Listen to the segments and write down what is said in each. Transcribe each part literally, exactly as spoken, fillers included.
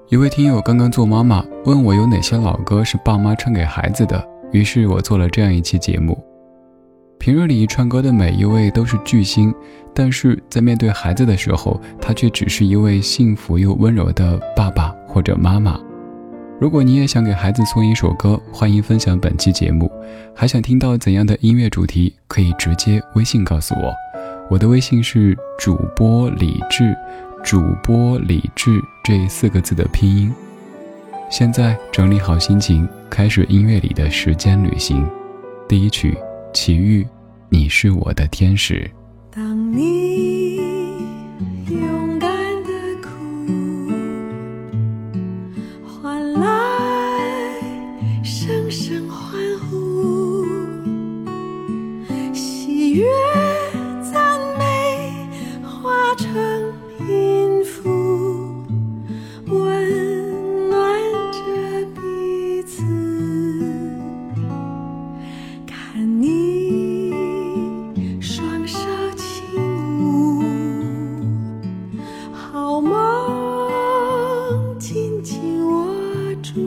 一位听友刚刚做妈妈，问我有哪些老歌是爸妈唱给孩子的，于是我做了这样一期节目。平日里唱歌的每一位都是巨星，但是在面对孩子的时候，他却只是一位幸福又温柔的爸爸或者妈妈。如果你也想给孩子送一首歌，欢迎分享本期节目。还想听到怎样的音乐主题，可以直接微信告诉我。我的微信是主播李志，主播李志这四个字的拼音。现在整理好心情，开始音乐里的时间旅行。第一曲，齐豫，你是我的天使。 当你勇敢地哭，换来声声欢呼，喜悦赞美化成音符，温暖着彼此。看你双手轻舞，好梦紧紧握住，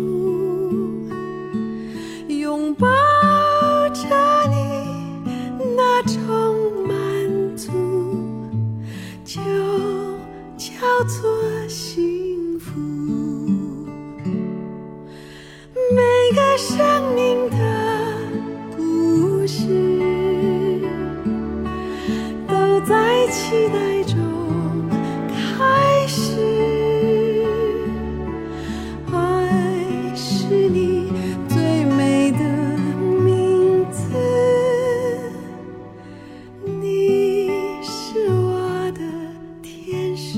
拥抱着你那种满足，就叫做幸福。每个生命的故事都在期待中开始，爱是你最美的名字，你是我的天使。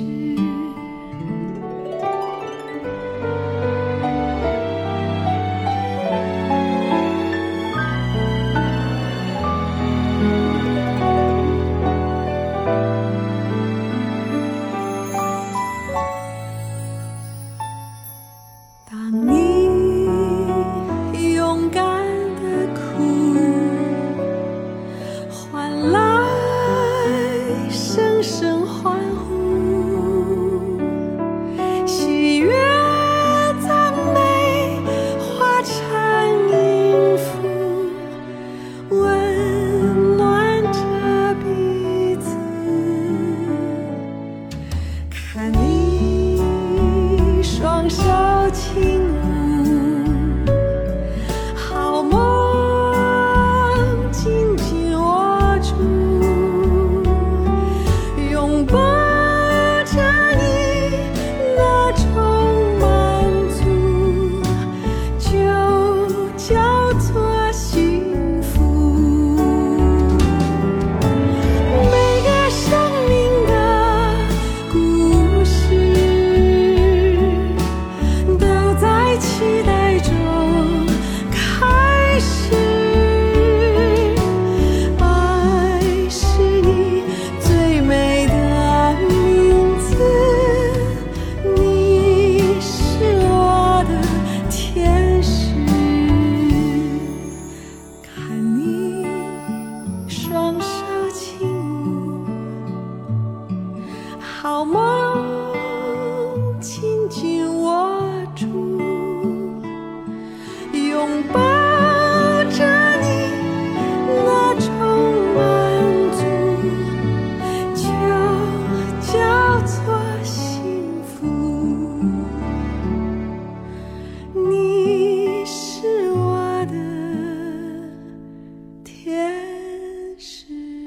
当你勇敢地哭，换来声声欢呼，喜悦赞美化成音符，温暖着彼此。看你双手轻舞，好梦紧紧握住，拥抱着你那种满足，就叫做幸福。每个生命的故事都在期待中开始，爱是你最美的名字，你是我的天使。看你双手轻舞，好梦紧紧握住，拥抱着你那种满足，就叫做幸福。你是我的天使。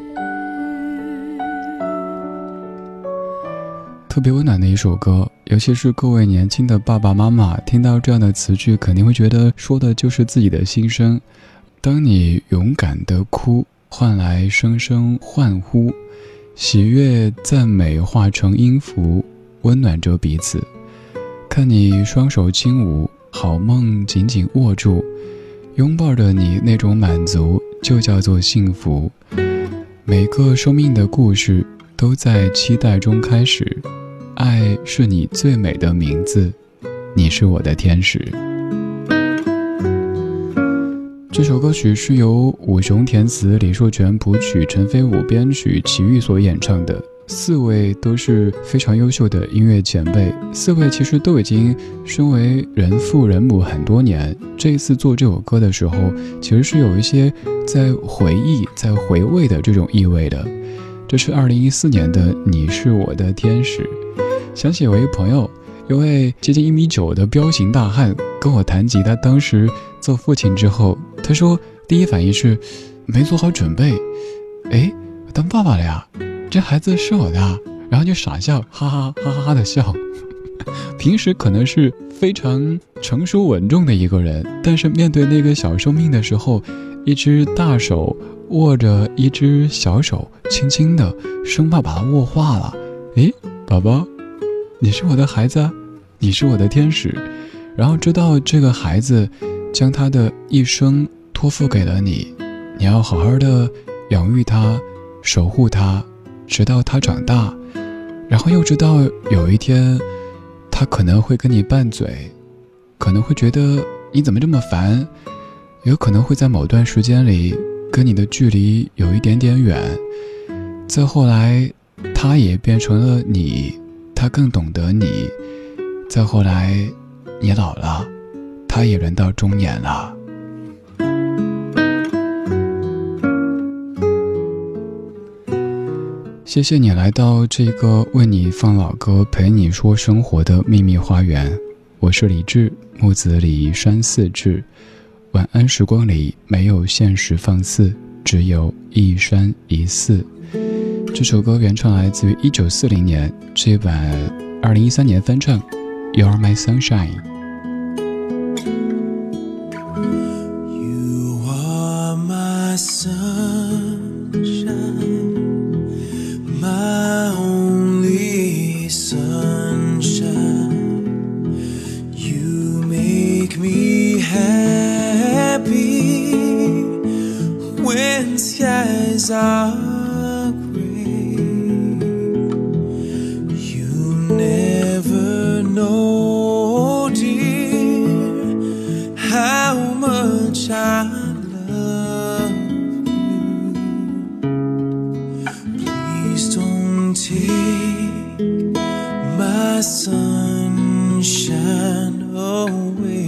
特别温暖的一首歌，尤其是各位年轻的爸爸妈妈听到这样的词句，肯定会觉得说的就是自己的心声。当你勇敢地哭，换来声声欢呼，喜悦赞美化成音符，温暖着彼此。看你双手轻舞，好梦紧紧握住，拥抱着你那种满足，就叫做幸福。每个生命的故事都在期待中开始，爱是你最美的名字，你是我的天使。这首歌曲是由伍雄填词，李寿全谱曲，陈飞武编曲，齐豫所演唱的。 四位都是非常优秀的音乐前辈，四位其实都已经身为人父人母很多年。这一次做这首歌的时候，其实是有一些在回忆、在回味的这种意味的。这是二零一四年的《你是我的天使》。想起有一朋友，一位接近一米九的彪形大汉跟我谈及他当时做父亲之后，他说第一反应是没做好准备，哎，我当爸爸了呀，这孩子是我的，然后就傻笑，哈哈哈哈哈的笑。平时可能是非常成熟稳重的一个人，但是面对那个小生命的时候，一只大手握着一只小手，轻轻的，生怕把它握化了。诶，宝宝，你是我的孩子，你是我的天使。然后知道这个孩子将他的一生托付给了你，你要好好的养育他，守护他，直到他长大。然后又知道有一天他可能会跟你拌嘴，可能会觉得你怎么这么烦，有可能会在某段时间里跟你的距离有一点点远。再后来他也变成了你，他更懂得你。再后来你老了，他也人到中年了。谢谢你来到这个为你放老歌陪你说生活的秘密花园，我是李志，木子李山寺志。晚安时光里没有现实放肆，只有一山一寺。这首歌原创来自于一九四零年，这版二零一三年翻唱 You Are My Sunshine。 You are my sunshine，My only sunshine, you make me happy when skies are gray. You never know, dear, how much I take my sunshine away.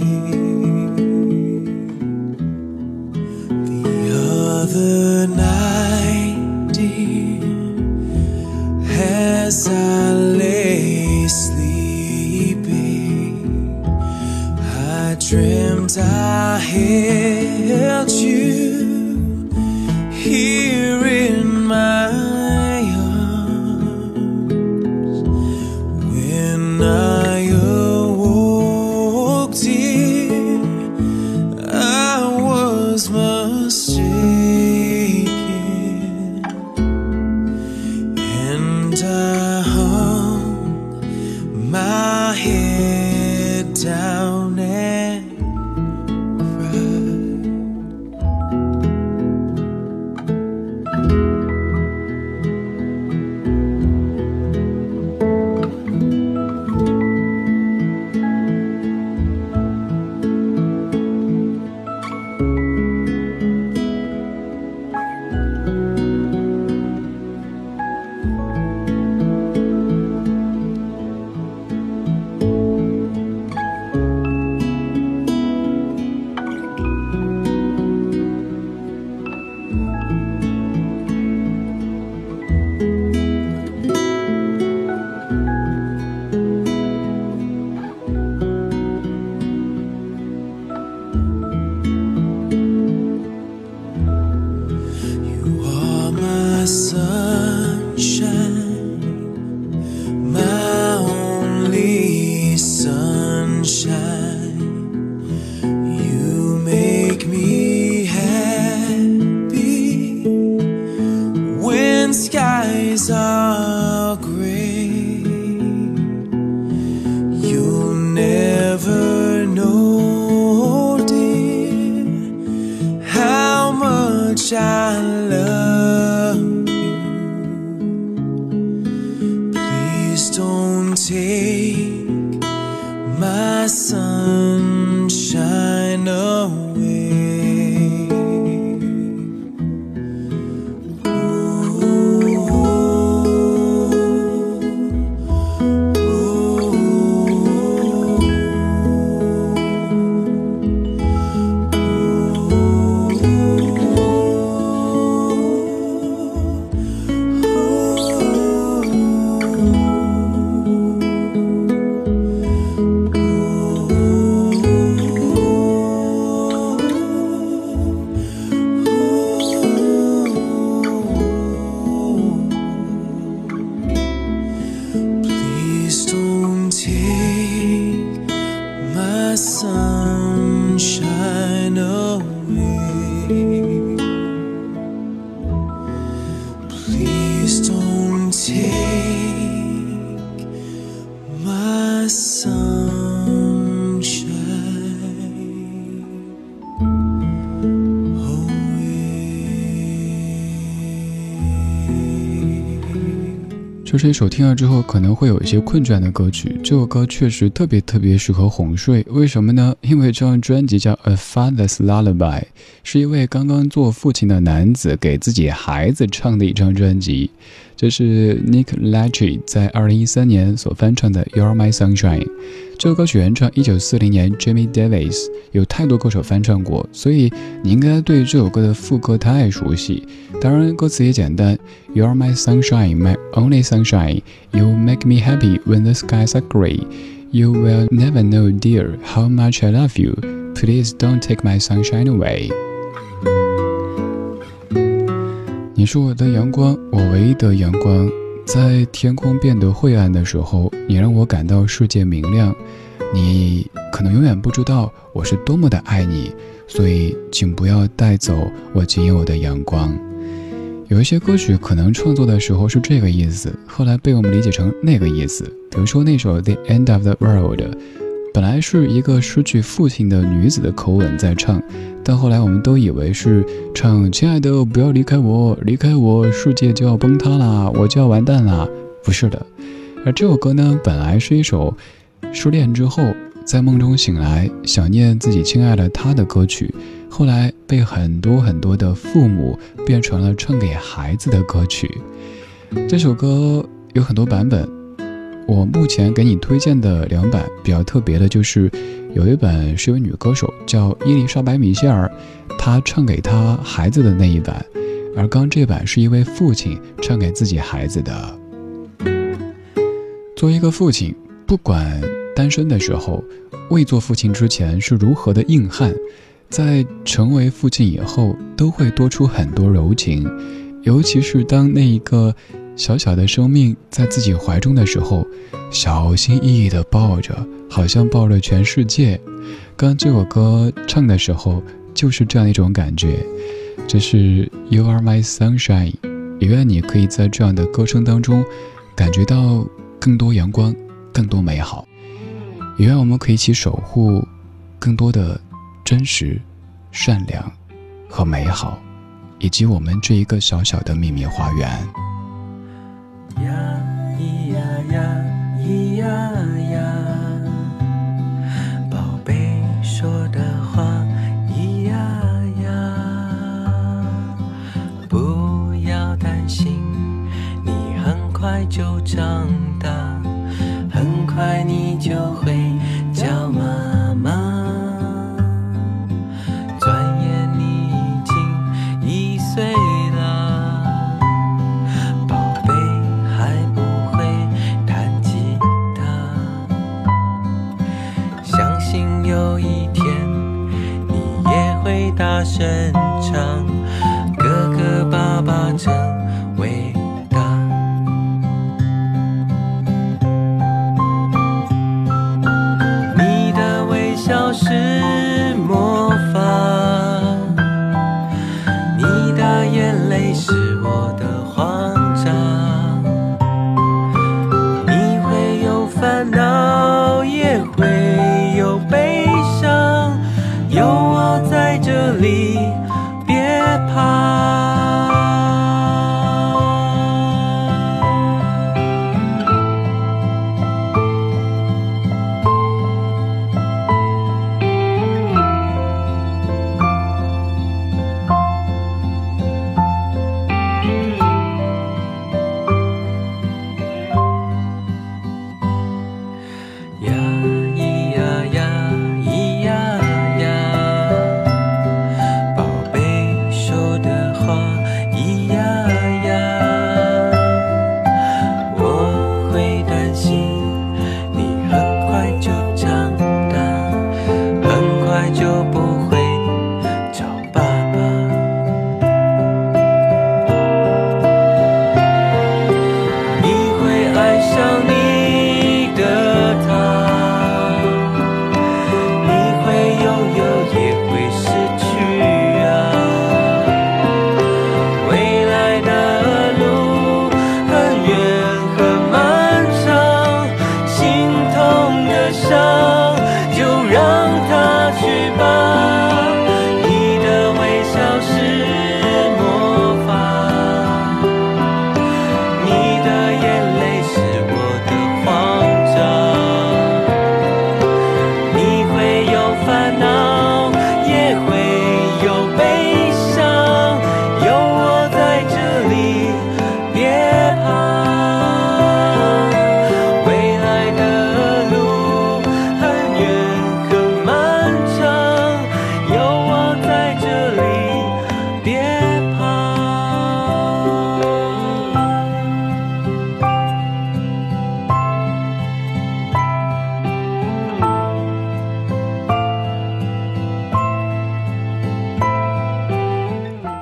The other night, dear, as I lay sleeping, I dreamt I held you here in my I awoke, dear, I was mistaken, and I hung my head down and skies are gray. You'll never know, dear, how much I love you. Please don't take my sunshine away. Ooh. Please don't take my sunshine away。 这是一首听了之后可能会有一些困倦的歌曲，这首歌确实特别特别适合哄睡。为什么呢？因为这张专辑叫 A Father's Lullaby， 是一位刚刚做父亲的男子给自己孩子唱的一张专辑。这是 Nick Lachey 在二零一三年所翻唱的 You're My Sunshine。 这首歌曲原唱一九四零年 Jimmy Davis， 有太多歌手翻唱过，所以你应该对这首歌的副歌太熟悉。当然歌词也简单， You're my sunshine, my only sunshine, You make me happy when the skies are gray, You will never know, dear, how much I love you, Please don't take my sunshine away。 你是我的阳光，我唯一的阳光，在天空变得晦暗的时候，你让我感到世界明亮。你可能永远不知道我是多么的爱你，所以请不要带走我仅有的阳光。有一些歌曲可能创作的时候是这个意思，后来被我们理解成那个意思。比如说那首 The End of the World， 本来是一个失去父亲的女子的口吻在唱，但后来我们都以为是唱亲爱的不要离开我，离开我世界就要崩塌啦，我就要完蛋啦。不是的。而这首歌呢，本来是一首失恋之后在梦中醒来想念自己亲爱的他的歌曲，后来被很多很多的父母变成了唱给孩子的歌曲。这首歌有很多版本，我目前给你推荐的两版比较特别的就是有一版是一位女歌手叫伊丽莎白米歇尔，她唱给她孩子的那一版，而刚这版是一位父亲唱给自己孩子的。作为一个父亲，不管单身的时候，未做父亲之前是如何的硬汉，在成为父亲以后都会多出很多柔情，尤其是当那一个小小的生命在自己怀中的时候，小心翼翼地抱着，好像抱着全世界。刚这首歌唱的时候就是这样一种感觉。这是 You are my sunshine， 也愿你可以在这样的歌声当中感觉到更多阳光，更多美好，也愿我们可以一起守护更多的真实、善良和美好，以及我们这一个小小的秘密花园。 呀咿呀呀咿呀呀，宝贝说的话咿呀呀，不要担心，你很快就长大，很快你就会叫妈妈。转眼你已经一岁了，宝贝还不会弹吉他，相信有一天你也会大声唱，哥哥爸爸真伟大。你的微笑是魔法，你的眼泪是我的慌张，你会有烦恼，也会有悲伤，有我在这里，别怕。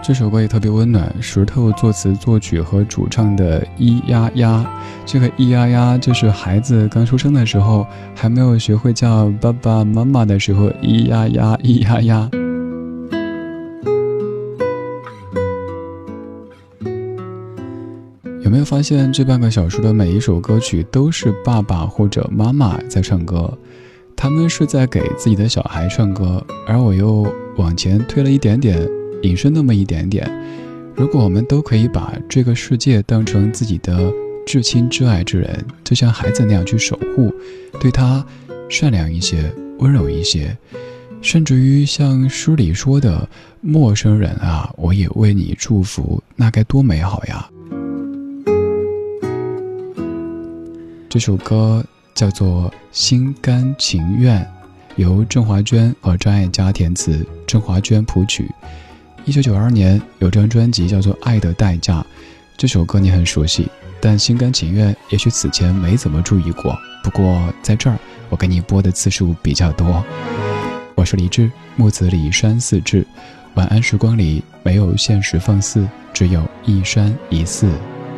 这首歌也特别温暖，石头作词作曲和主唱的咿呀呀，这个咿呀呀就是孩子刚出生的时候还没有学会叫爸爸妈妈的时候，咿呀呀咿呀呀。有没有发现这半个小时的每一首歌曲都是爸爸或者妈妈在唱歌，他们是在给自己的小孩唱歌，而我又往前推了一点点，引申那么一点点。如果我们都可以把这个世界当成自己的至亲至爱之人，就像孩子那样去守护，对他善良一些，温柔一些，甚至于像诗里说的陌生人啊，我也为你祝福，那该多美好呀。这首歌叫做心甘情愿，由郑华娟和张艾嘉填词，郑华娟谱曲。一九九二年有张专辑叫做《爱的代价》，这首歌你很熟悉，但心甘情愿也许此前没怎么注意过，不过在这儿我给你播的次数比较多。我是李志，木子李山寺志，晚安时光里没有现实放肆，只有一山一寺。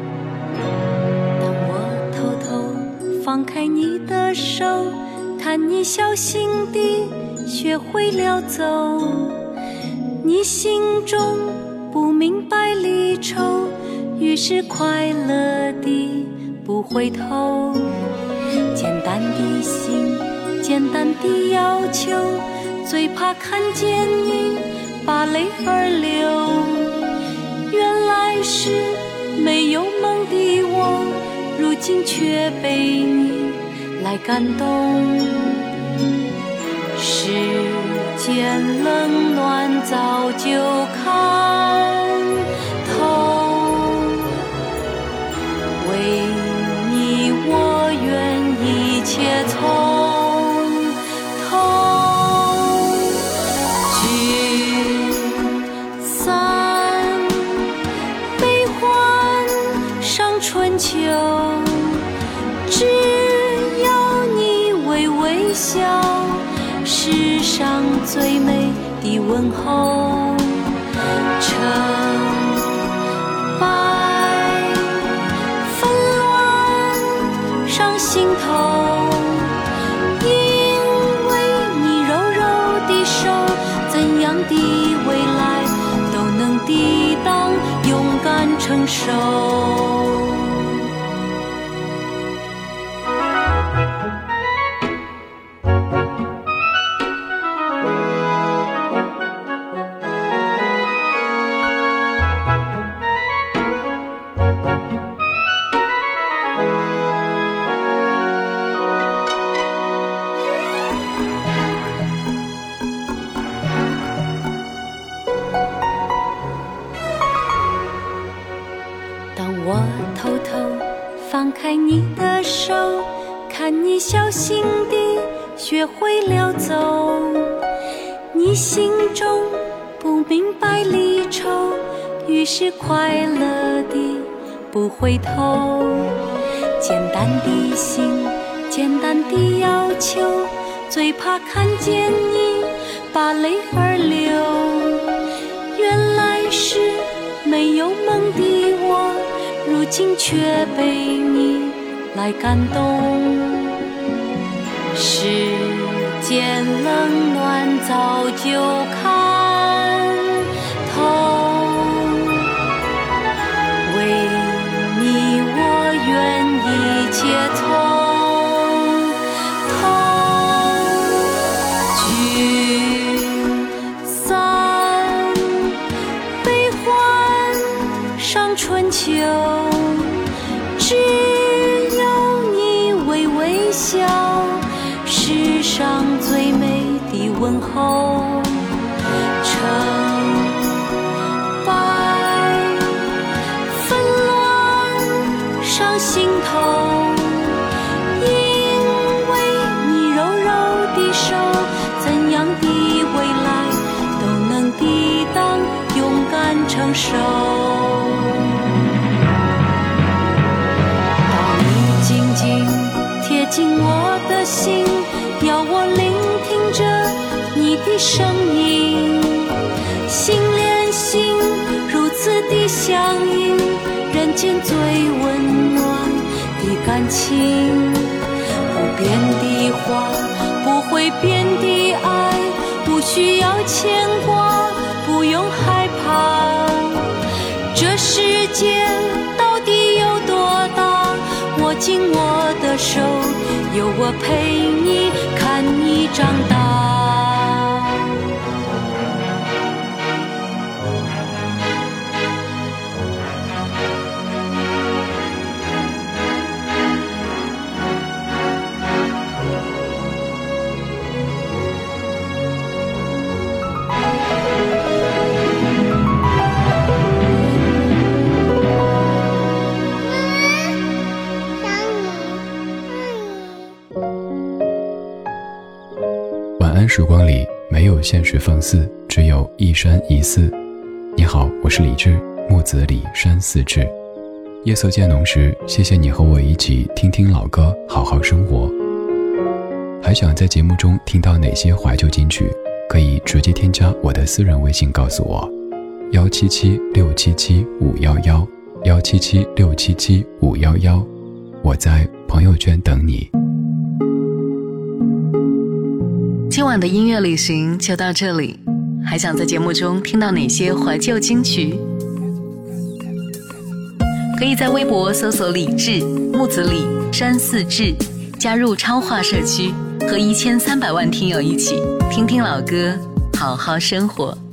放开你的手，看你小心地学会了走，你心中不明白离愁，于是快乐地不回头。简单的心，简单的要求，最怕看见你把泪儿流。原来是没有梦的我，如今却被你来感动。世间冷暖早就看透，为你我愿一切从头。聚散悲欢伤春秋，只要你微微笑，世上最美的问候。成败纷乱上心头，因为你柔柔的手，怎样的未来都能抵挡，勇敢承受。我偷偷放开你的手，看你小心地学会了走，你心中不明白离愁，于是快乐地不回头。简单的心，简单的要求，最怕看见你把泪儿流。原来是没有梦的我，如今却被你来感动。世间冷暖早就看透，为你我愿一切从头。聚散悲欢伤春秋，只有你微微笑，世上最美的问候。成败纷乱上心头，因为你柔柔的手，怎样的未来都能抵挡，勇敢承受。贴近我的心，要我聆听着你的声音，心连心， 间最温暖的感情。不变的花，不会变的爱，不需要牵挂，不用害怕。这世界到底有多大？握紧我的手，有我陪你，看你长大。 时光里没有现实放肆，只有一山一寺。你好，我是李志，木子李，山寺志。夜色渐浓时，谢谢你和我一起听听老歌，好好生活。还想在节目中听到哪些怀旧金曲，可以直接添加我的私人微信告诉我，幺七七六七七五幺幺，幺七七六七七五幺幺，我在朋友圈等你。 今晚的音乐旅行就到这里，还想在节目中听到哪些怀旧金曲？可以在微博搜索李志、木子李、山寺志，加入超话社区，和一千三百万听友一起听听老歌，好好生活。